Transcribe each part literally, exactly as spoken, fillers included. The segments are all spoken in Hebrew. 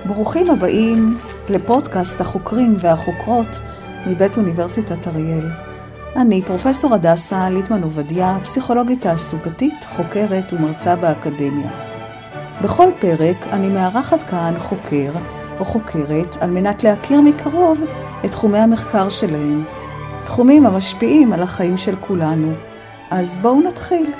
ברוכים הבאים לפודקאסט החוקרים והחוקרות מבית אוניברסיטת אריאל. אני פרופסור הדסה ליטמן עובדיה, פסיכולוגית תעסוקתית, חוקרת ומרצה באקדמיה. בכל פרק אני מארחת כאן חוקר או חוקרת על מנת להכיר מקרוב את תחומי המחקר שלהם, תחומים המשפיעים על החיים של כולנו. אז בואו נתחיל.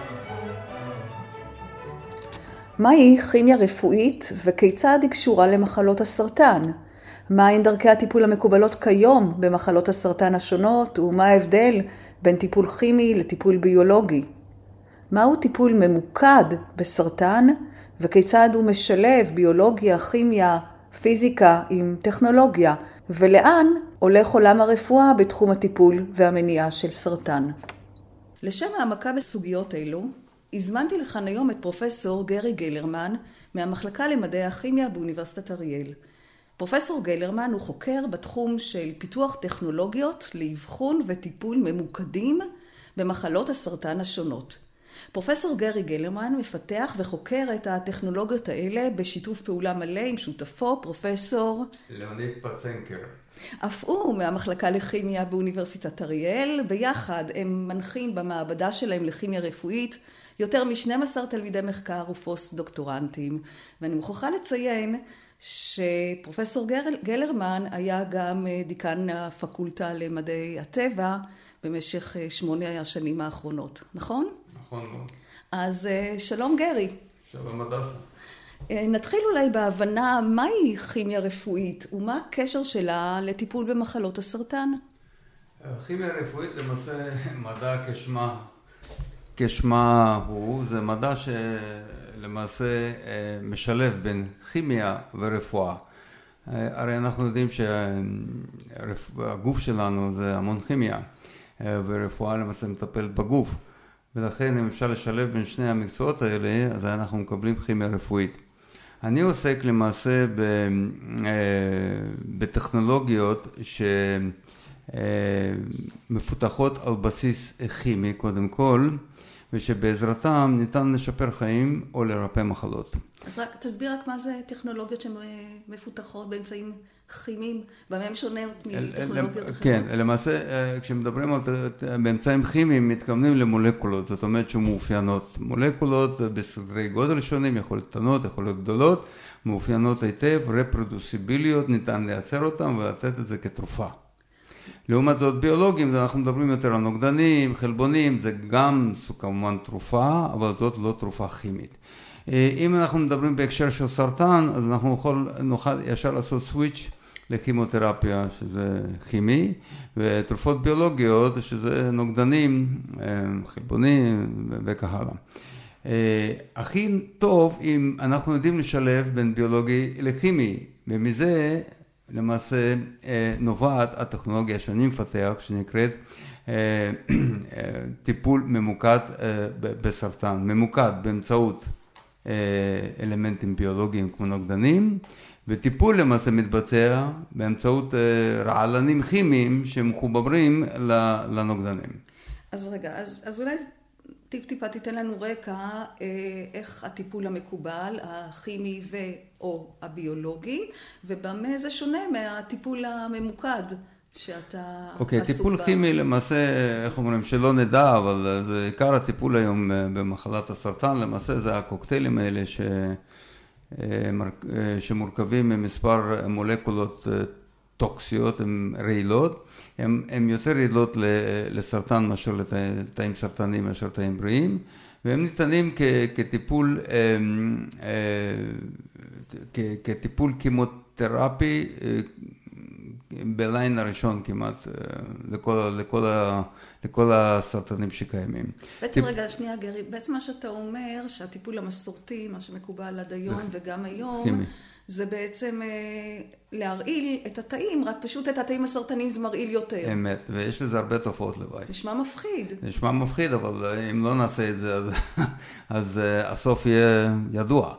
מהי כימיה רפואית וכיצד היא קשורה למחלות הסרטן? מהן דרכי הטיפול המקובלות כיום במחלות הסרטן השונות ומה ההבדל בין טיפול כימי לטיפול ביולוגי? מהו טיפול ממוקד בסרטן וכיצד הוא משלב ביולוגיה, כימיה, פיזיקה עם טכנולוגיה? ולאן הולך עולם הרפואה בתחום הטיפול והמניעה של סרטן? לשם העמקה בסוגיות אלו, הזמנתי לכאן היום את פרופסור גרי גלרמן מהמחלקה למדעי הכימיה באוניברסיטת אריאל. פרופסור גלרמן הוא חוקר בתחום של פיתוח טכנולוגיות לאבחון וטיפול ממוקדים במחלות הסרטן השונות. פרופסור גרי גלרמן מפתח וחוקר את הטכנולוגיות האלה בשיתוף פעולה מלא עם שותפו פרופסור ליאוניד פצנקר. אף הוא מהמחלקה לכימיה באוניברסיטת אריאל. ביחד הם מנחים במעבדה שלהם לכימיה רפואית יותר מ-שנים עשר תלמידי מחקר ופוסט דוקטורנטים. ואני מוכרחה לציין שפרופסור גלרמן היה גם דיקן הפקולטה למדעי הטבע במשך שמונה השנים האחרונות, נכון? נכון מאוד. אז שלום גרי. שלום הדסה. נתחיל אולי בהבנה מהי כימיה רפואית ומה הקשר שלה לטיפול במחלות הסרטן. כימיה רפואית למעשה מדע כשמה, כשמה הוא, זה מדע שלמעשה משלב בין כימיה ורפואה. הרי אנחנו יודעים שהגוף שלנו זה המון כימיה, ורפואה למעשה מטפלת בגוף. ולכן אם אפשר לשלב בין שני המקצועות האלה, אז אנחנו מקבלים כימיה רפואית. אני עוסק למעשה בטכנולוגיות שמפותחות על בסיס כימי קודם כל, ושבעזרתם ניתן לשפר חיים או לרפא מחלות. אז רק תסביר רק מה זה טכנולוגיות שמפותחות באמצעים כימיים, במה הם שונות מטכנולוגיות אחרות? כן, למעשה כשמדברים על באמצעים כימיים מתכוונים למולקולות, זאת אומרת שמאופיינות. מולקולות בסדרי גודל שונים, יכול להיות קטנות, יכול להיות גדולות, מאופיינות היטב, רפרודוסיביליות, ניתן לייצר אותם ולתת את זה כתרופה. לעומת זאת ביולוגים, אנחנו מדברים יותר על נוגדנים, חלבונים, זה גם כמובן תרופה, אבל זאת לא תרופה כימית. אם אנחנו מדברים בהקשר של סרטן, אז אנחנו נוכל, נוכל ישר לעשות סוויץ' לכימותרפיה, שזה כימי, ותרופות ביולוגיות, שזה נוגדנים, חלבונים וכך הלאה. הכי טוב אם אנחנו יודעים לשלב בין ביולוגי לכימי, ומזה למעשה נובעת הטכנולוגיה שאני מפתח, שנקראת טיפול ממוקד בסרטן, ממוקד באמצעות אלמנטים ביולוגיים כמו נוגדנים, וטיפול למעשה מתבצע באמצעות רעלנים כימיים שמחוברים לנוגדנים. אז רגע, אז, אז אולי טיפ טיפה תיתן לנו רקע איך הטיפול המקובל, הכימי ו/או הביולוגי, ובמה זה שונה מהטיפול הממוקד שאתה אוקיי, עסוק טיפול בה. כימי למעשה, איך אומרים, שלא נדע, אבל זה עיקר הטיפול היום במחלת הסרטן, למעשה זה הקוקטיילים האלה ש... שמורכבים ממספר מולקולות טוקסיות, הן רעילות, הן יותר רעילות לסרטן מאשר לתאים סרטניים מאשר תאים בריאים, והם ניתנים כטיפול, כטיפול כימותרפי בליין הראשון כמעט לכל, לכל, לכל הסרטנים שקיימים. בעצם רגע, שנייה גרי, בעצם מה שאתה אומר שהטיפול המסורתי, מה שמקובל עד היום וגם היום, כימי. זה בעצם להרעיל את התאים, רק פשוט את התאים הסרטניים זה מרעיל יותר. אמת, ויש לזה הרבה תופעות לוואי. נשמע מפחיד. נשמע מפחיד, אבל אם לא נעשה את זה, אז, אז הסוף יהיה ידוע.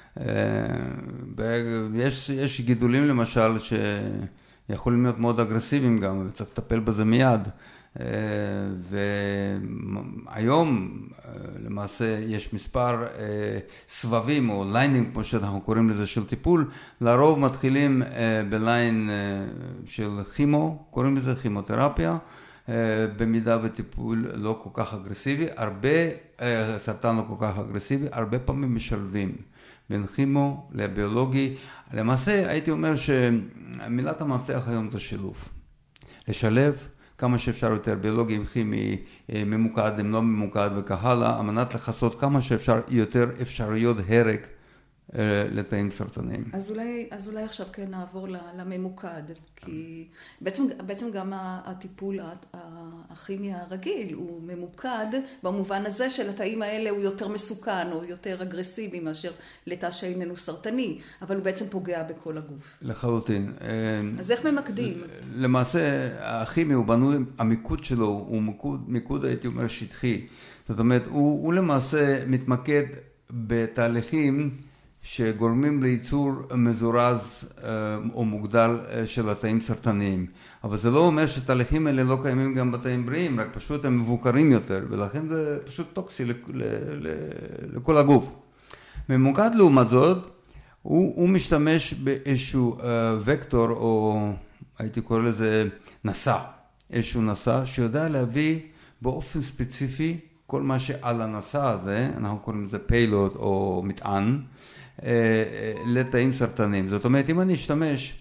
יש, יש גידולים למשל שיכולים להיות מאוד אגרסיביים גם, וצריך לטפל בזה מיד. והיום, למעשה יש מספר אה, סבבים או ליינינג, כמו שאנחנו קוראים לזה, של טיפול. לרוב מתחילים אה, בליין אה, של כימו, קוראים לזה כימותרפיה, אה, במידה וטיפול לא כל כך אגרסיבי, הרבה, אה, סרטן לא כל כך אגרסיבי, הרבה פעמים משלבים בין כימו לביולוגי. למעשה הייתי אומר שמילת המפתח היום זה שילוב. לשלב כמה שאפשר יותר ביולוגי, כימי, ממוקד, אם לא ממוקד וכהלאה, על מנת לחסות כמה שאפשר יותר אפשרויות הרג לתאים סרטניים. אז אולי, אז אולי עכשיו כן נעבור לממוקד, כי בעצם, בעצם גם הטיפול הכימי הרגיל הוא ממוקד, במובן הזה של התאים האלה הוא יותר מסוכן או יותר אגרסיבי מאשר לתא שאיננו סרטני, אבל הוא בעצם פוגע בכל הגוף. לחלוטין. אז איך ממקדים? למעשה, הכימי הוא בנוי, המיקוד שלו הוא מיקוד, מיקוד הייתי אומר שטחי. זאת אומרת, הוא, הוא למעשה מתמקד בתהליכים שגורמים לייצור מזורז או מוגדל של התאים סרטניים. אבל זה לא אומר שתהליכים האלה לא קיימים גם בתאים בריאים, רק פשוט הם מבוקרים יותר, ולכן זה פשוט טוקסי לכל הגוף. ממוקד לעומת זאת, הוא, הוא משתמש באיזשהו וקטור, או הייתי קורא לזה נשא, איזשהו נשא, שיודע להביא באופן ספציפי כל מה שעל הנשא הזה, אנחנו קוראים לזה פיילוט או מטען, לתאים סרטניים. זאת אומרת, אם אני אשתמש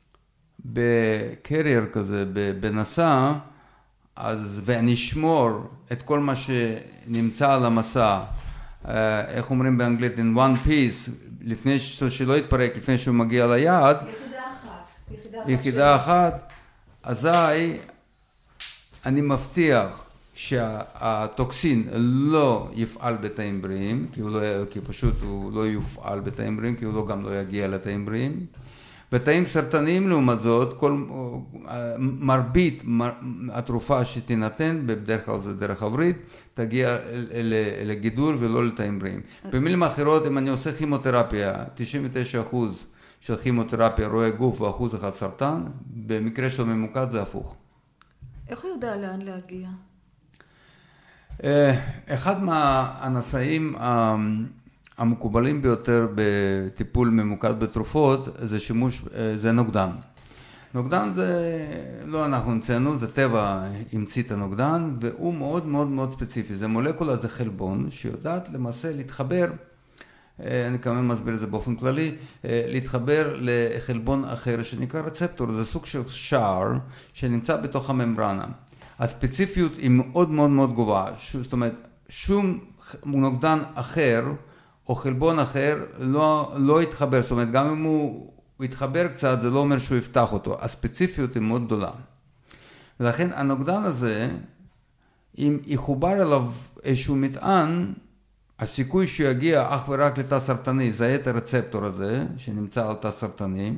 בקרייר כזה, בנשא, אז, ואני אשמור את כל מה שנמצא על המסע, איך אומרים באנגלית, in one piece, לפני שלא יתפרק, לפני שהוא מגיע ליעד, יחידה אחת. יחידה אחת, אזי אני מבטיח שהטוקסין לא יפעל בתאים בריאים, כי, לא, כי פשוט הוא לא יופעל בתאים בריאים, כי הוא לא, גם לא יגיע לתאים בריאים. בתאים סרטניים לעומת זאת, כל, מרבית מר, התרופה שתינתן, בדרך כלל זה דרך הווריד, תגיע לגידול ולא לתאים בריאים. במילים אחרות, אם אני עושה כימותרפיה, תשעים ותשעה אחוז של כימותרפיה רואה גוף ואחוז אחד סרטן, במקרה של ממוקד זה הפוך. איך הוא יודע לאן להגיע? אחד מהנשאים המקובלים ביותר בטיפול ממוקד בתרופות זה שימוש, זה נוגדן. נוגדן זה, לא אנחנו המצאנו, זה טבע המציא את הנוגדן, והוא מאוד מאוד מאוד ספציפי. זה מולקולה, זה חלבון, שיודעת למעשה להתחבר, אני כמובן מסביר את זה באופן כללי, להתחבר לחלבון אחר שנקרא רצפטור, זה סוג של שער שנמצא בתוך הממברנה. הספציפיות היא מאוד מאוד מאוד גבוהה, זאת אומרת, שום נוגדן אחר או חלבון אחר לא, לא יתחבר, זאת אומרת, גם אם הוא יתחבר קצת, זה לא אומר שהוא יפתח אותו, הספציפיות היא מאוד גדולה. ולכן הנוגדן הזה, אם יחובר אליו איזשהו מטען, הסיכוי שהוא יגיע אך ורק לתא סרטני, זה את הרצפטור הזה, שנמצא על תא סרטני,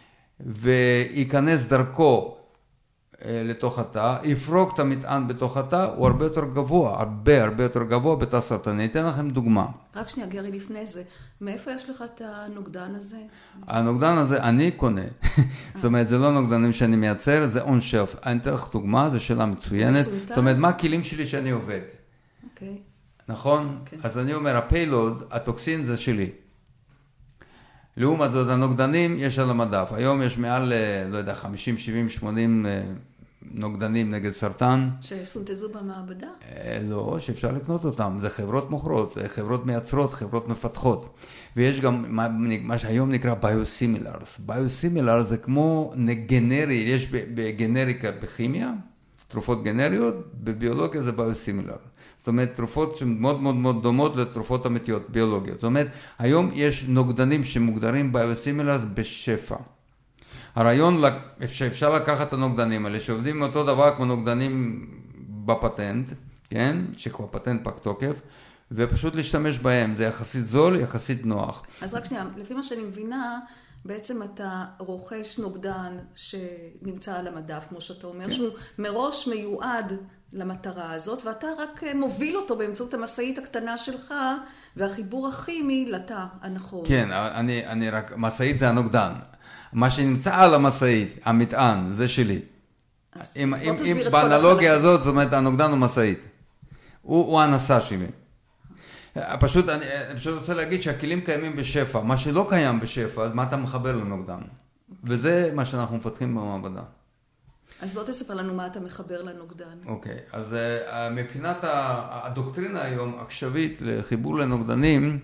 וייכנס דרכו לתוך התא, יפרוק את המטען בתוך התא, הוא הרבה יותר גבוה, הרבה הרבה יותר גבוה בתא סרטני. אתן לכם דוגמה. רק שנייה, גרי, לפני זה, מאיפה יש לך את הנוגדן הזה? הנוגדן הזה אני קונה. זאת אומרת, זה לא נוגדנים שאני מייצר, זה on shelf. אני אתן לך דוגמה, זו שאלה מצוינת. זאת אומרת, מה הכלים שלי שאני עובד? אוקיי. נכון? אז אני אומר, הפיילוד, הטוקסין זה שלי. לעומת זאת, הנוגדנים יש על המדף. היום יש מעל, לא יודע, חמישים, שבעים, שמונים נוגדנים נגד סרטן. שסונתזו במעבדה? לא, שאפשר לקנות אותם. זה חברות מוכרות, חברות מייצרות, חברות מפתחות. ויש גם מה שהיום נקרא ביוסימילרס. ביוסימילרס זה כמו גנרי, יש בגנריקה בכימיה, תרופות גנריות, בביולוגיה זה ביוסימילר. זאת אומרת, תרופות שמאוד מאוד מאוד דומות לתרופות אמיתיות, ביולוגיות. זאת אומרת, היום יש נוגדנים שמוגדרים ביוסימילרס בשפע. הרעיון שאפשר לקחת את הנוגדנים האלה, שעובדים אותו דבר כמו נוגדנים בפטנט, כן? שכבר פטנט פג תוקף, ופשוט להשתמש בהם. זה יחסית זול, יחסית נוח. אז רק שנייה, לפי מה שאני מבינה, בעצם אתה רוכש נוגדן שנמצא על המדף, כמו שאתה אומר, כן. שהוא מראש מיועד למטרה הזאת, ואתה רק מוביל אותו באמצעות המשאית הקטנה שלך, והחיבור הכימי לתא הנכון. כן, אני, אני רק, משאית זה הנוגדן. מה שנמצא על המשאית, המטען, זה שלי. אז, אם, אז אם, אם באנלוגיה הזאת, זאת אומרת, הנוגדן הוא משאית. הוא, הוא הנשא שלי. פשוט, אני, אני פשוט רוצה להגיד שהכלים קיימים בשפע. מה שלא קיים בשפע, אז מה אתה מחבר לנוגדן? וזה מה שאנחנו מפתחים במעבדה. אז בוא תספר לנו מה אתה מחבר לנוגדן. אוקיי, אז מבחינת הדוקטרינה היום, עכשווית לחיבור לנוגדנים,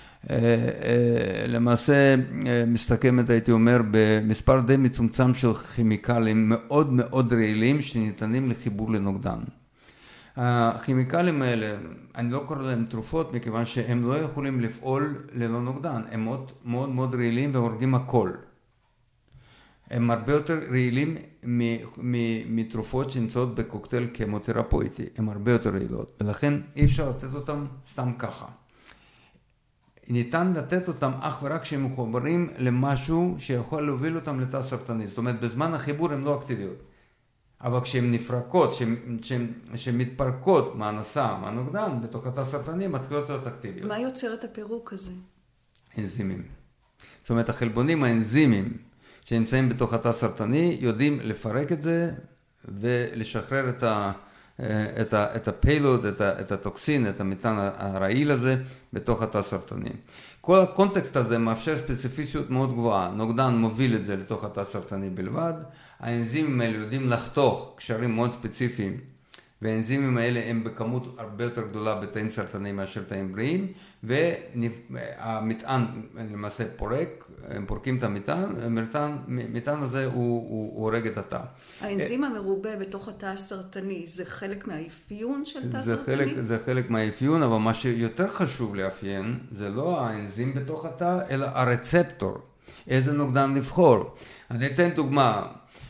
למעשה מסתכמת, הייתי אומר, במספר די מצומצם של כימיקלים מאוד מאוד רעילים שניתנים לחיבור לנוגדן. הכימיקלים האלה, אני לא קורא להם תרופות, מכיוון שהם לא יכולים לפעול ללא נוגדן. הם מאוד מאוד, מאוד רעילים והורגים הכל. הם הרבה יותר רעילים מתרופות שנמצאות בקוקטייל כימותרפויטי. הם הרבה יותר רעילות, ולכן אי אפשר לתת אותם סתם ככה. ניתן לתת אותם אך ורק כשהם מחוברים למשהו שיכול להוביל אותם לתא סרטני. זאת אומרת, בזמן החיבור הן לא אקטיביות. אבל כשהן נפרקות, כשהן מתפרקות מהנשא, מהנוגדן, בתוך התא סרטני, מתחילות להיות אקטיביות. מה יוצר את הפירוק הזה? אנזימים. זאת אומרת, החלבונים האנזימיים שנמצאים בתוך התא סרטני, יודעים לפרק את זה ולשחרר את ה... את ה, את הפיילוד, את, ה, את הטוקסין, את המטען הרעיל הזה בתוך התא סרטני. כל הקונטקסט הזה מאפשר ספציפיסיות מאוד גבוהה. נוגדן מוביל את זה לתוך התא סרטני בלבד. האנזימים האלה יודעים לחתוך קשרים מאוד ספציפיים, והאנזימים האלה הם בכמות הרבה יותר גדולה בתאים סרטניים מאשר תאים בריאים, והמטען למעשה פורק, הם פורקים את המטען, המטען הזה הוא, הוא, הוא הורג את התא. האנזים המרובה בתוך התא הסרטני, זה חלק מהאפיון של תא זה סרטני? חלק, זה חלק מהאפיון, אבל מה שיותר חשוב לאפיין, זה לא האנזים בתוך התא, אלא הרצפטור. איזה נוגדן לבחור. אני אתן דוגמה.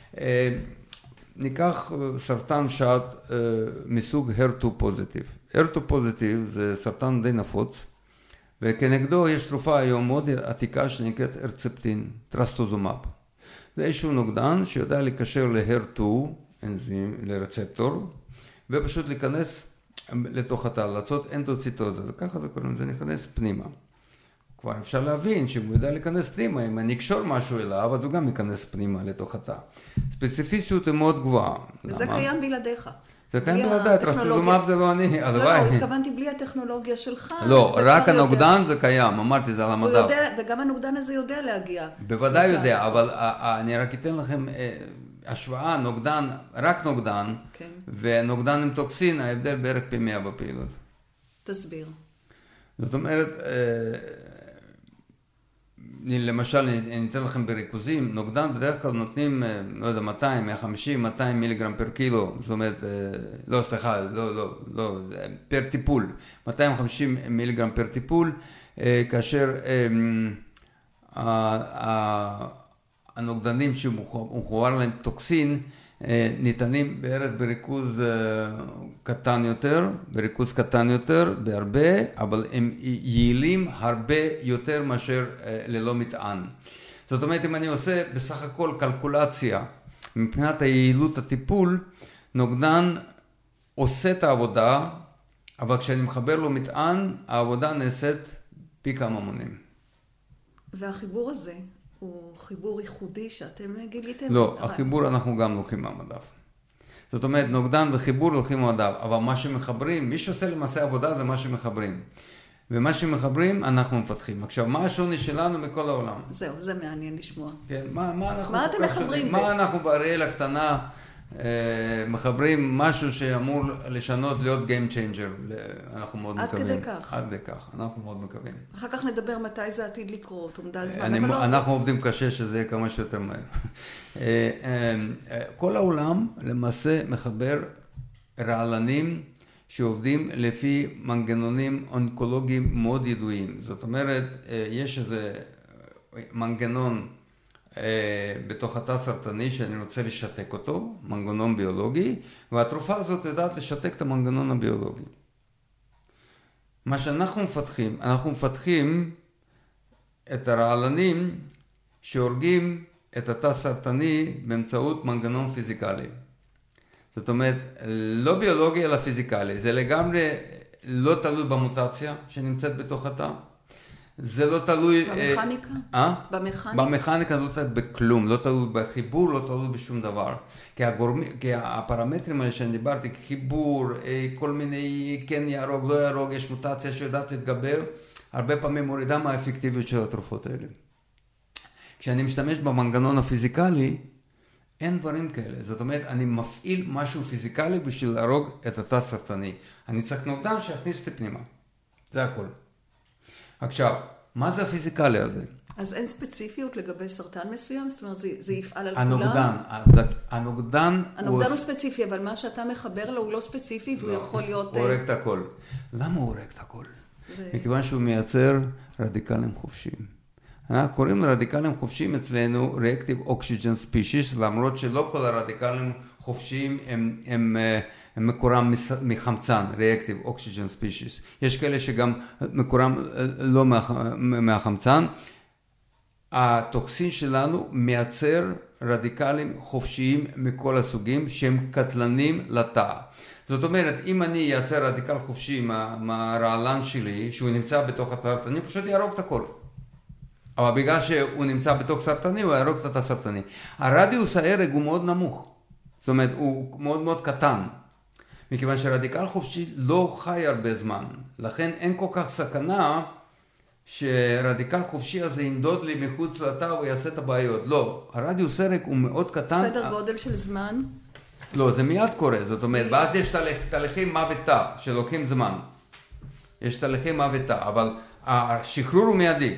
ניקח סרטן שד מסוג הר טו פוזיטיב. הר טו פוזיטיב זה סרטן די נפוץ, וכנגדו יש תרופה היום מאוד עתיקה שנקראת הרצפטין, טרסטוזומאב. זה איזשהו נוגדן שיודע לקשר ל-הר טו, אנזים, לרצפטור, ופשוט להיכנס לתוך התא, לעשות אנדוציטוזה. ככה זה קוראים, זה נכנס פנימה. כבר אפשר להבין שהוא יודע להיכנס פנימה, אם אני אקשור משהו אליו, אז הוא גם ייכנס פנימה לתוך התא. ספציפיסיות היא מאוד גבוהה. וזה למה? קיים בלעדיך. זה קיים בלעדיי, טרסטוזומאב זה לא אני, לא, לא, התכוונתי בלי הטכנולוגיה שלך. לא, רק הנוגדן זה קיים, אמרתי, זה על המדף. וגם הנוגדן הזה יודע להגיע. בוודאי יודע, אבל אני רק אתן לכם השוואה, נוגדן, רק נוגדן, ונוגדן עם טוקסין, ההבדל בערך פי מאה בפעילות. תסביר. זאת אומרת, למשל, אני אתן לכם בריכוזים, נוגדן בדרך כלל נותנים, לא יודע, מאתיים, מאה וחמישים, מאתיים מיליגרם פר קילו, זאת אומרת, לא, סליחה, לא, לא, לא, פר טיפול, מאתיים וחמישים מיליגרם פר טיפול, כאשר הנוגדנים שמחובר להם טוקסין, ניתנים בערך בריכוז קטן יותר, בריכוז קטן יותר, בהרבה, אבל הם יעילים הרבה יותר מאשר ללא מטען. זאת אומרת, אם אני עושה בסך הכל קלקולציה, מבחינת היעילות הטיפול, נוגדן עושה את העבודה, אבל כשאני מחבר לו מטען, העבודה נעשית פי כמה מונים. והחיבור הזה הוא חיבור ייחודי שאתם גיליתם? לא, החיבור אנחנו גם לוקחים מהמדף. זאת אומרת, נוגדן וחיבור לוקחים מהמדף, אבל מה שמחברים, מי שעושה למעשה עבודה זה מה שמחברים. ומה שמחברים אנחנו מפתחים. עכשיו, מה השוני שלנו מכל העולם? זהו, זה מעניין לשמוע. כן, מה, מה אנחנו... מה אתם מחברים? מה אנחנו באריאל הקטנה אה, מחברים משהו שאמור לשנות, להיות game changer. אנחנו מאוד עד מקווים. כדי כך. עד כדי כך, אנחנו מאוד מקווים. אחר כך נדבר מתי זה עתיד לקרות, עומדה זמן. אני, לא... אנחנו עובדים קשה שזה יהיה כמה שיותר מהר. כל העולם למעשה מחבר רעלנים שעובדים לפי מנגנונים אונקולוגיים מאוד ידועים. זאת אומרת, יש איזה מנגנון בתוך התא סרטני שאני רוצה לשתק אותו, מנגנון ביולוגי, והתרופה הזאת יודעת לשתק את המנגנון הביולוגי. מה שאנחנו מפתחים, אנחנו מפתחים את הרעלנים שהורגים את התא סרטני באמצעות מנגנון פיזיקלי. זאת אומרת, לא ביולוגי אלא פיזיקלי. זה לגמרי לא תלוי במוטציה שנמצאת בתוך התא. זה לא תלוי... במכניקה? אה? במכניקה? במכניקה לא תלוי בכלום, לא תלוי בחיבור, לא תלוי בשום דבר. כי, הגורמי, כי הפרמטרים האלה שאני דיברתי, חיבור, כל מיני כן יהרוג, לא יהרוג, יש מוטציה שיודעת להתגבר, הרבה פעמים מורידה מהאפקטיביות של התרופות האלה. כשאני משתמש במנגנון הפיזיקלי, אין דברים כאלה. זאת אומרת, אני מפעיל משהו פיזיקלי בשביל להרוג את התא הסרטני. אני צריך נוגדן שיכניס אותי פנימה. זה הכל. עכשיו, מה זה הפיזיקלי הזה? אז אין ספציפיות לגבי סרטן מסוים? זאת אומרת, זה, זה יפעל על הנוגדן, כולם? הנוגדן... הנוגדן הוא... הוא ספציפי, אבל מה שאתה מחבר לו הוא לא ספציפי, והוא לא, יכול להיות... הוא הורג את הכל. למה הוא הורג את הכל? זה... מכיוון שהוא מייצר רדיקלים חופשיים. אנחנו קוראים לרדיקלים חופשיים אצלנו Reactive Oxygen Species, למרות שלא כל הרדיקלים חופשיים הם, הם, הם מקורם מחמצן, Reactive Oxygen Species. יש כאלה שגם מקורם לא מהחמצן. הטוקסין שלנו מייצר רדיקלים חופשיים מכל הסוגים שהם קטלנים לתא. זאת אומרת, אם אני ייצר רדיקל חופשי מה, מהרעלן שלי, שהוא נמצא בתוך הסרטני, אני פשוט יהרוג את הכל. אבל בגלל שהוא נמצא בתוך סרטני, הוא יהרוג את הסרטני. הרדיוס ההרג הוא מאוד נמוך. זאת אומרת, הוא מאוד מאוד קטן. מכיוון שרדיקל חופשי לא חי הרבה זמן. לכן אין כל כך סכנה שרדיקל חופשי הזה ינדוד לי מחוץ לתא ויעשה את הבעיות. לא, הרדיוס ההרג הוא מאוד קטן. סדר גודל של זמן? לא, זה מיד קורה. זאת אומרת, ואז יש תהליכי מוות תא שלוקחים זמן. יש תהליכי מוות תא, אבל השחרור הוא מיידי.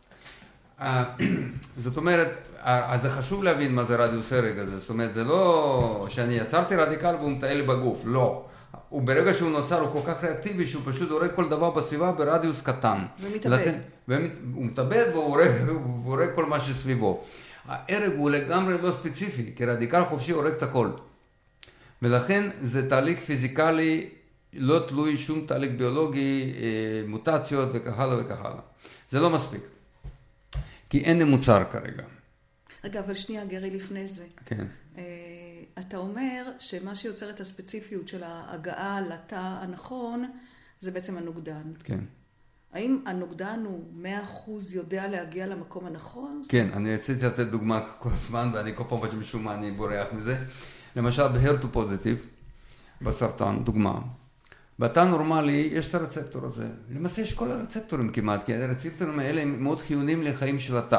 זאת אומרת, אז זה חשוב להבין מה זה רדיוס הרג הזה. זאת אומרת, זה לא שאני יצרתי רדיקל והוא מטייל בגוף, לא. הוא ברגע שהוא נוצר הוא כל כך ריאקטיבי שהוא פשוט הורג כל דבר בסביבה ברדיוס קטן. ומתאבד. הוא מתאבד והוא הורג כל מה שסביבו. ההרג הוא לגמרי לא ספציפי, כי רדיקל חופשי הורג את הכל. ולכן זה תהליך פיזיקלי, לא תלוי שום תהליך ביולוגי, מוטציות וכך הלאה וכך הלאה. זה לא מספיק. כי אין מוצר כרגע. רגע, אבל שנייה, גרי, לפני זה. כן. אתה אומר שמה שיוצר את הספציפיות של ההגעה לתא הנכון, זה בעצם הנוגדן. כן. האם הנוגדן הוא מאה אחוז יודע להגיע למקום הנכון? כן, אני רציתי לתת דוגמה כל הזמן, ואני כל פעם משום מה אני בורח מזה. למשל, ב-הר טו פוזיטיב, בסרטן, דוגמה. בתא נורמלי יש את הרצפטור הזה. למעשה יש כל הרצפטורים כמעט, כי הרצפטורים האלה הם מאוד חיוניים לחיים של התא.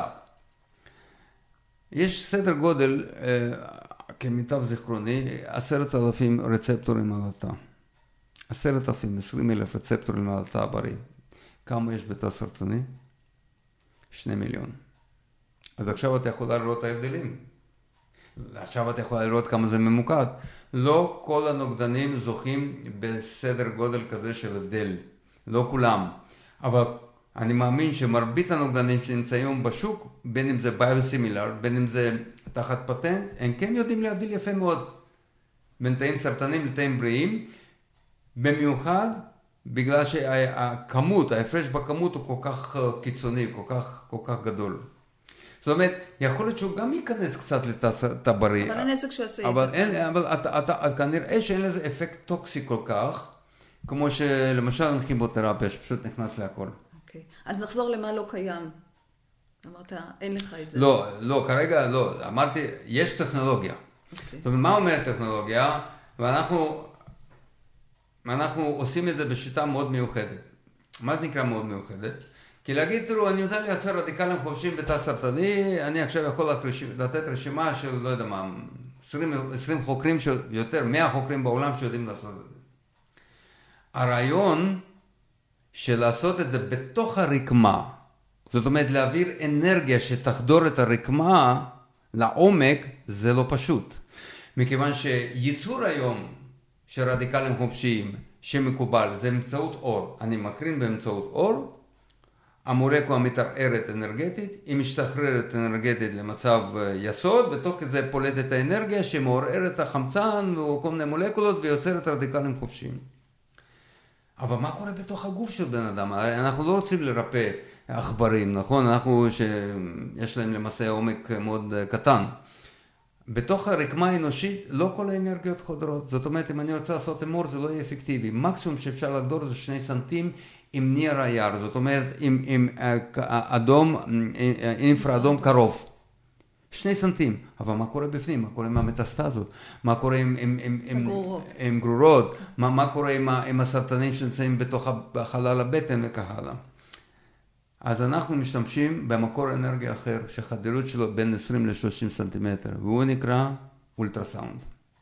יש סדר גודל, כמיטב זיכרוני, עשרת אלפים רצפטורים על התא. עשרת אלפים, עשרים אלף רצפטורים על התא בריא. כמה יש בתא סרטני? שני מיליון. אז עכשיו אתה יכול לראות את ההבדלים. עכשיו אתה יכול לראות כמה זה ממוקד. לא כל הנוגדנים זוכים בסדר גודל כזה של הבדל. לא כולם. אבל אני מאמין שמרבית הנוגדנים שנמצאים בשוק, בין אם זה ביוסימילר, בין אם זה תחת פטנט, הם כן יודעים להבדיל יפה מאוד בין תאים סרטנים לתאים בריאים, במיוחד בגלל שהכמות, ההפרש בכמות הוא כל כך קיצוני, כל כך, כל כך גדול. זאת אומרת, יכול להיות שהוא גם ייכנס קצת לתא בריא. אבל הנזק שעשה. אבל, אין, אבל אתה, אתה, כנראה שאין לזה אפקט טוקסי כל כך, כמו שלמשל עם כימותרפיה, שפשוט נכנס להכל. אוקיי. אז נחזור למה לא קיים. אמרת, אין לך את זה. לא, לא, כרגע לא. אמרתי, יש טכנולוגיה. אוקיי. זאת אומרת, מה אומרת טכנולוגיה? ואנחנו אנחנו עושים את זה בשיטה מאוד מיוחדת. מה זה נקרא מאוד מיוחדת? כי להגיד, תראו, אני יודע לייצר רדיקלים חופשיים בתא סרטני, אני עכשיו יכול לתת רשימה של, לא יודע מה, עשרים, עשרים חוקרים, יותר, מאה חוקרים בעולם שיודעים לעשות את זה. הרעיון של לעשות את זה בתוך הרקמה, זאת אומרת להעביר אנרגיה שתחדור את הרקמה לעומק, זה לא פשוט. מכיוון שייצור היום של רדיקלים חופשיים שמקובל, זה באמצעות אור. אני מקרין באמצעות אור, המולקולה מתערערת אנרגטית, היא משתחררת אנרגטית למצב יסוד, ותוך כזה פולטת את האנרגיה שמעוררת את החמצן או כל מיני מולקולות ויוצרת רדיקלים חופשיים. אבל מה קורה בתוך הגוף של בן אדם? אנחנו לא רוצים לרפא עכברים, נכון? אנחנו שיש להם למעשה עומק מאוד קטן. בתוך הרקמה האנושית לא כל האנרגיות חודרות. זאת אומרת, אם אני רוצה לעשות אמור, זה לא יהיה אפקטיבי. מקסימום שאפשר לגדור זה שני סנטים, עם ניר היער, זאת אומרת עם, עם אדום, אינפרה-אדום קרוב. שני סנטים, אבל מה קורה בפנים? מה קורה עם המטסטזות? מה קורה עם, עם, עם, עם, גרורות? עם גרורות? מה, מה קורה עם, עם הסרטנים שנמצאים בתוך החלל הבטן וכך הלאה? אז אנחנו משתמשים במקור אנרגיה אחר, שהחדירות שלו בין עשרים לשלושים סנטימטר, והוא נקרא אולטרסאונד.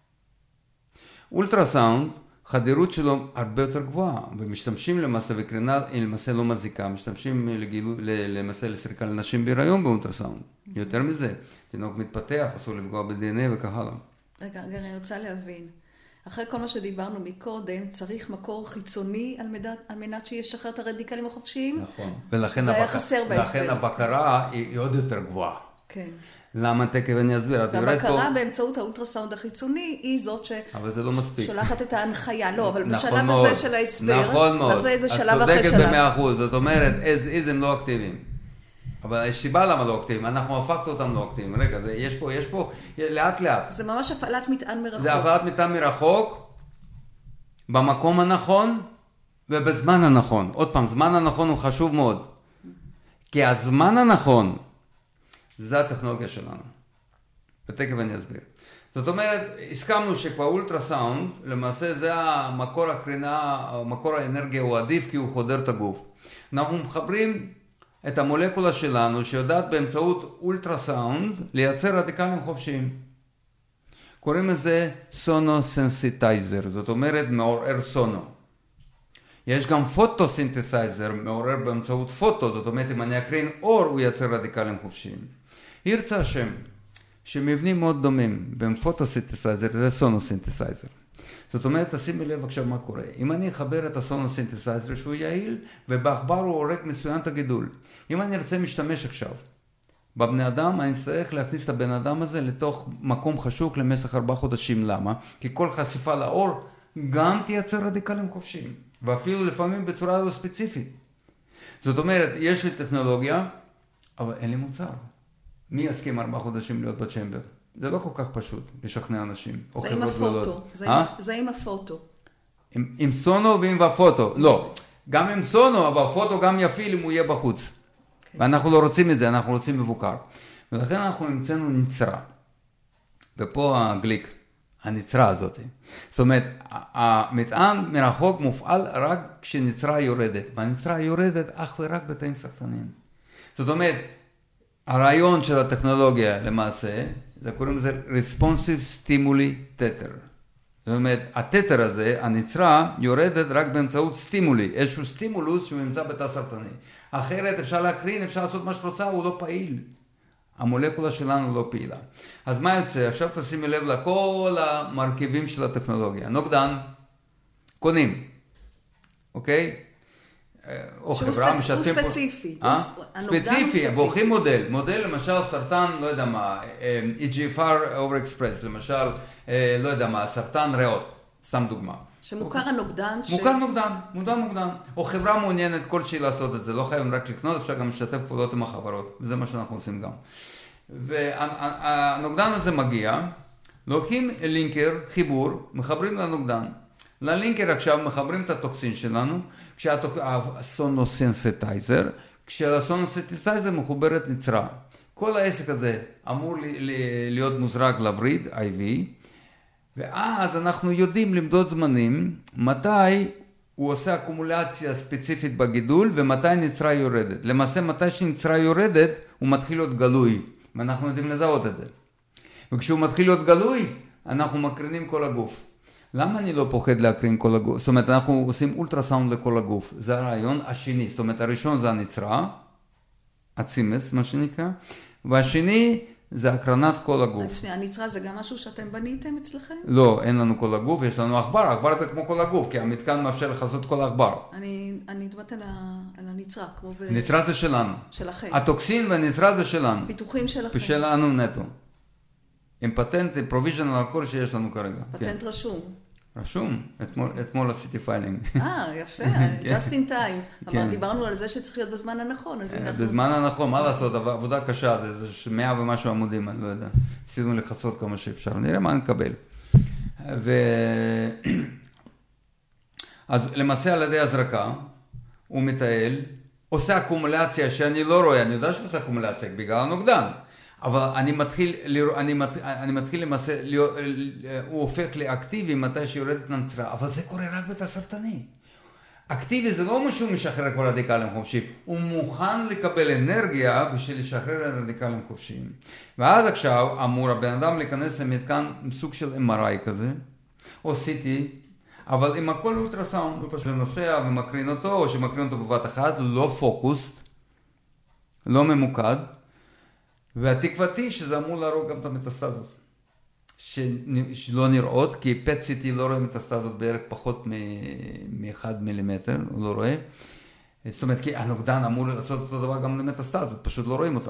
אולטרסאונד, חדירות שלו הרבה יותר גבוהה, ומשתמשים למעשה, וקרינה היא למעשה לא מזיקה, משתמשים לגילו, למעשה לסריקה לנשים בהיריון באולטרסאונד. יותר מזה, תינוק מתפתח, אסור לפגוע ב-די אן איי וכך הלאה. רגע, רגע, אני רוצה להבין. אחרי כל מה שדיברנו מקודם, צריך מקור חיצוני על מנת, על מנת שישחרר את הרדיקלים החופשיים? נכון. ולכן זה הבק... היה חסר בהסבר. לכן הבקרה היא, היא עוד יותר גבוהה. כן. למה? תכף אני אסביר. והבקרה באמצעות האולטרסאונד החיצוני היא זאת אבל זה לא מספיק. ששולחת את ההנחיה. לא, אבל נכון בשלב מאוד. הזה של ההסבר, נכון מאוד. אז זה איזה שלב אחרי שלב. את צודקת במאה אחוז. זאת אומרת, as is הם לא אקטיביים. אבל יש סיבה למה לא אקטיביים. אנחנו הפכנו אותם לא אקטיביים. רגע, זה, יש פה, יש פה, לאט לאט. זה ממש הפעלת מטען מרחוק. זה הפעלת מטען מרחוק, במקום הנכון ובזמן הנכון. עוד פעם, זמן הנכון הוא חשוב מאוד. כי הזמן הנכון, זה הטכנולוגיה שלנו. ותכף אני אסביר. זאת אומרת, הסכמנו שכבר אולטרסאונד, למעשה זה המקור הקרינה, מקור האנרגיה הוא עדיף כי הוא חודר את הגוף. אנחנו מחברים את המולקולה שלנו שיודעת באמצעות אולטרסאונד לייצר רדיקלים חופשיים. קוראים לזה סונוסנסיטייזר, זאת אומרת מעורר סונו. יש גם פוטוסינתסייזר, מעורר באמצעות פוטו, זאת אומרת אם אני אקרין אור הוא ייצר רדיקלים חופשיים. ירצה השם שמבנים מאוד דומים בין פוטוסינתסייזר זה סונוסינתסייזר. זאת אומרת, תשימי לב עכשיו מה קורה. אם אני אחבר את הסונוסינתסייזר שהוא יעיל, ובעכבר הוא עורק מסוים את הגידול. אם אני ארצה משתמש עכשיו בבני אדם, אני אצטרך להכניס את הבן אדם הזה לתוך מקום חשוך למשך ארבעה חודשים. למה? כי כל חשיפה לאור גם תייצר רדיקלים חופשיים, ואפילו לפעמים בצורה לא ספציפית. זאת אומרת, יש לי טכנולוגיה, אבל אין לי מוצר. מי יסכים ארבעה חודשים להיות בצ'מבר? זה לא כל כך פשוט לשכנע אנשים. זה עם הפוטו. זה, עם, זה עם הפוטו. עם, עם סונו ועם הפוטו. לא, גם עם סונו, אבל הפוטו גם יפיל אם הוא יהיה בחוץ. Okay. ואנחנו לא רוצים את זה, אנחנו רוצים מבוקר. ולכן אנחנו המצאנו נצרה. ופה הגליק, הנצרה הזאת. זאת אומרת, המטען מרחוק מופעל רק כשנצרה יורדת. והנצרה יורדת אך ורק בתאים סרטניים. זאת אומרת, הרעיון של הטכנולוגיה למעשה, זה קוראים לזה Responsive Stimuli Tether. זאת אומרת, התתר הזה, הנצרה, יורדת רק באמצעות סטימולי, איזשהו סטימולוס שהוא נמצא בתא סרטני. אחרת אפשר להקרין, אפשר לעשות מה שרוצה, הוא לא פעיל. המולקולה שלנו לא פעילה. אז מה יוצא? עכשיו תשימי לב לכל המרכיבים של הטכנולוגיה. נוגדן, קונים, אוקיי? או חברה משתפים... הוא ספציפי. ספציפי, בורחים מודל. מודל למשל סרטן, לא יודע מה, אי ג'י אף אר overexpressed, למשל, לא יודע מה, סרטן ריאות, סתם דוגמה. שמוכר הנוגדן. מוכר נוגדן, מודע נוגדן. או חברה מעוניינת כלשהי לעשות את זה, לא חייבים רק לקנות, אפשר גם לשתף פעולות עם החברות, וזה מה שאנחנו עושים גם. והנוגדן הזה מגיע, לוקחים לינקר, חיבור, מחברים לנוגדן. ללינקר עכשיו מחברים את הטוקסין שלנו, כשהסונוסנסטיזר, כשהסונוסנסטיזר מחוברת נצרה. כל העסק הזה אמור להיות מוזרק לווריד, איי וי, ואז אנחנו יודעים למדוד זמנים, מתי הוא עושה אקומולציה ספציפית בגידול, ומתי נצרה יורדת. למעשה, מתי שנצרה יורדת, הוא מתחיל להיות גלוי, ואנחנו יודעים לזהות את זה. וכשהוא מתחיל להיות גלוי, אנחנו מקרינים כל הגוף. למה אני לא פוחד להקרין כל הגוף? זאת אומרת, אנחנו עושים אולטרסאונד לכל הגוף. זה הרעיון השני. זאת אומרת, הראשון זה הנצרה, הצימס, מה שנקרא, והשני זה הקרנת כל הגוף. שנייה, הנצרה זה גם משהו שאתם בניתם אצלכם? לא, אין לנו כל הגוף, יש לנו עכבר. עכבר זה כמו כל הגוף, כי המתקן מאפשר לחזות כל העכבר. אני, אני מדברת על, על הנצרה, כמו ב... נצרה זה שלנו. שלכם. הטוקסין והנצרה זה שלנו. פיתוחים שלכם. שלנו נטו. עם פטנט, פרוביז'ן על הכל שיש לנו כרגע. פטנט כן. רשום. רשום, אתמול, אתמול עשיתי פיילינג. אה, יפה, just in time. אבל דיברנו על זה שצריך להיות בזמן הנכון. בזמן הנכון, מה לעשות, עבודה קשה, זה מאה ומשהו עמודים, אני לא יודע. ניסינו לחסות כמה שאפשר, נראה מה נקבל. ו... אז למעשה על ידי הזרקה, הוא מטייל, עושה אקומולציה שאני לא רואה, אני יודע שעושה אקומולציה בגלל הנוגדן, אבל אני מתחיל, אני מתחיל, אני מתחיל למעשה, הוא הופך לאקטיבי מתי שיורדת נצרה, אבל זה קורה רק בתא סרטני. אקטיבי זה לא משהו משחרר כבר רדיקלים חופשיים, הוא מוכן לקבל אנרגיה בשביל לשחרר רדיקלים חופשיים. ועד עכשיו אמור הבן אדם להיכנס למתקן סוג של אם אר איי כזה, או סי טי, אבל עם הכל אולטרסאונד, הוא פשוט נוסע ומקרין אותו, או שמקרין אותו בבת אחת, לא פוקוס, לא ממוקד, והתקוותי שזה אמור להרוג גם את המטסטזות, שלא נראות, כי פט סי טי לא רואה מטסטזות בערך פחות מ-אחד מילימטר, הוא לא רואה. זאת אומרת, כי הנוגדן אמור לעשות אותו דבר גם למטסטזות, פשוט לא רואים אותם.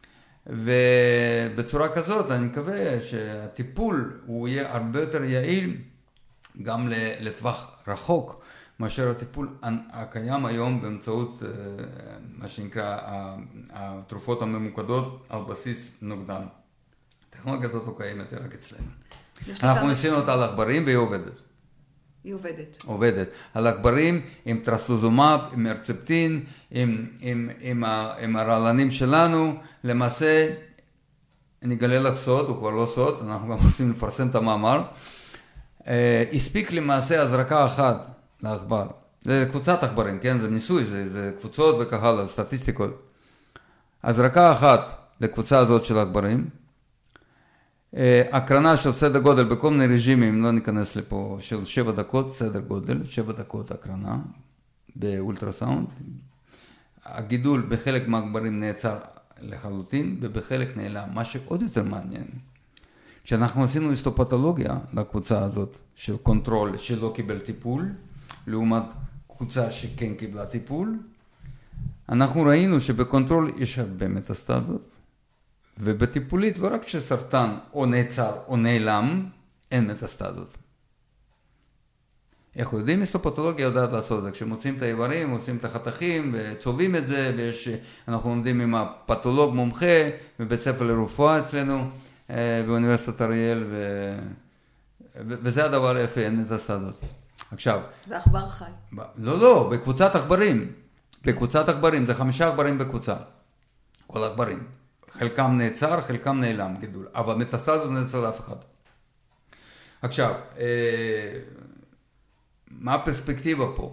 ובצורה כזאת אני מקווה שהטיפול הוא יהיה הרבה יותר יעיל, גם לטווח רחוק, מאשר הטיפול הקיים היום באמצעות מה שנקרא התרופות הממוקדות על בסיס נוגדן. הטכנולוגיה הזאת לא קיימת רק אצלנו. אנחנו ניסינו אותה על עכברים והיא עובדת. היא עובדת. עובדת. על עכברים עם טרסטוזומב, עם מרצפטין, עם, עם, עם, עם הרעלנים שלנו. למעשה, אני אגלה לך סוד, הוא כבר לא סוד, אנחנו גם רוצים לפרסם את המאמר. הספיק למעשה הזרקה אחת לעכבר. זה קבוצת עכברים, כן? זה ניסוי, זה, זה קבוצות וכך סטטיסטיקות. הזרקה אחת לקבוצה הזאת של עכברים, הקרנה של סדר גודל בכל מיני רג'ימים, לא ניכנס לפה, של שבע דקות סדר גודל, שבע דקות הקרנה באולטרסאונד. הגידול בחלק מהעכברים נעצר לחלוטין, ובחלק נעלם. מה שעוד יותר מעניין, כשאנחנו עשינו היסטופתולוגיה לקבוצה הזאת של קונטרול שלא קיבל טיפול, לעומת קבוצה שכן קיבלה טיפול, אנחנו ראינו שבקונטרול יש הרבה מטסטזות, ובטיפולית לא רק שסרטן או נעצר או נעלם, אין מטסטזות. איך יודעים? היסטופתולוגיה יודעת לעשות את זה. כשמוצאים את האיברים, מוצאים את החתכים וצובעים את זה, ואנחנו עומדים עם הפתולוג מומחה בבית ספר לרפואה אצלנו, באוניברסיטת אריאל, ו... וזה הדבר היפה, אין מטסטזות. עכשיו... ועכבר חי. ב... לא, לא, בקבוצת עכברים. בקבוצת עכברים, זה חמישה עכברים בקבוצה. כל עכברים. חלקם נעצר, חלקם נעלם גידול, אבל מטסטזות נעצר לאף אחד. עכשיו, מה הפרספקטיבה פה?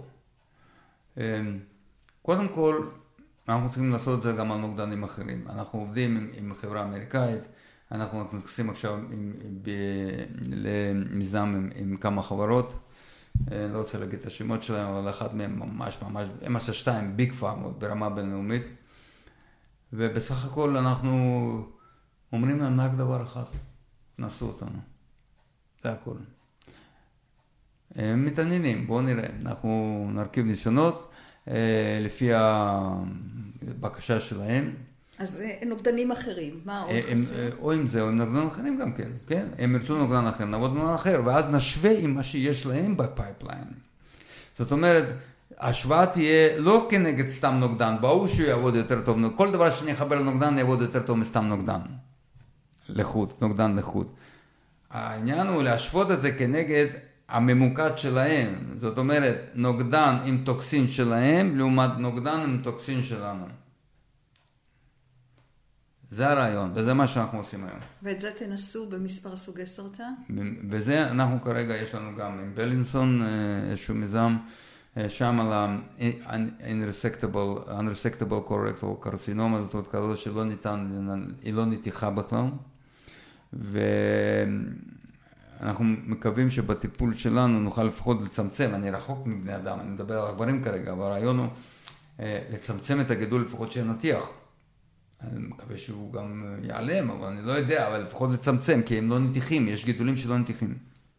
קודם כל, אנחנו צריכים לעשות את זה גם על נוגדנים אחרים. אנחנו עובדים עם, עם חברה אמריקאית, אנחנו נכנסים עכשיו עם, ב, למיזם עם, עם כמה חברות, לא רוצה להגיד את השמות שלהם, אבל אחת מהם ממש ממש, אם עשה שתיים, ביג פארמות ברמה בינלאומית, ובסך הכל אנחנו אומרים להם רק דבר אחד, נסו אותנו, זה הכל. הם מתעניינים, בואו נראה, אנחנו נרכיב ניסיונות לפי הבקשה שלהם. אז נוגדנים אחרים, מה עוד חסר? או עם זה, או עם נוגדנים אחרים גם כן, כן? הם ירצו נוגדן אחר, נעבוד נוגדן אחר, ואז נשווה עם מה שיש להם בפייפליין. זאת אומרת, ההשוואה תהיה לא כנגד סתם נוגדן, ברור שהוא יעבוד יותר טוב, כל דבר שאני אחבר לנוגדן יעבוד יותר טוב מסתם נוגדן. לחוד, נוגדן לחוד. העניין הוא להשוות את זה כנגד הממוקד שלהם, זאת אומרת, נוגדן עם טוקסין שלהם, לעומת נוגדן עם טוקסין שלנו. זה הרעיון, וזה מה שאנחנו עושים היום. ואת זה תנסו במספר סוגי סרטן? וזה אנחנו כרגע, יש לנו גם עם בלינסון, איזשהו מיזם, שם על ה-unresectable, unresectable colorectal carcinoma, זאת אומרת כזאת שלא ניתן, היא לא ניתיחה בכלל, ואנחנו מקווים שבטיפול שלנו נוכל לפחות לצמצם, אני רחוק מבני אדם, אני מדבר על עכברים כרגע, אבל הרעיון הוא לצמצם את הגידול לפחות שנתיח. אני מקווה שהוא גם ייעלם, אבל אני לא יודע, אבל לפחות לצמצם, כי הם לא נתיחים, יש גידולים שלא נתיחים.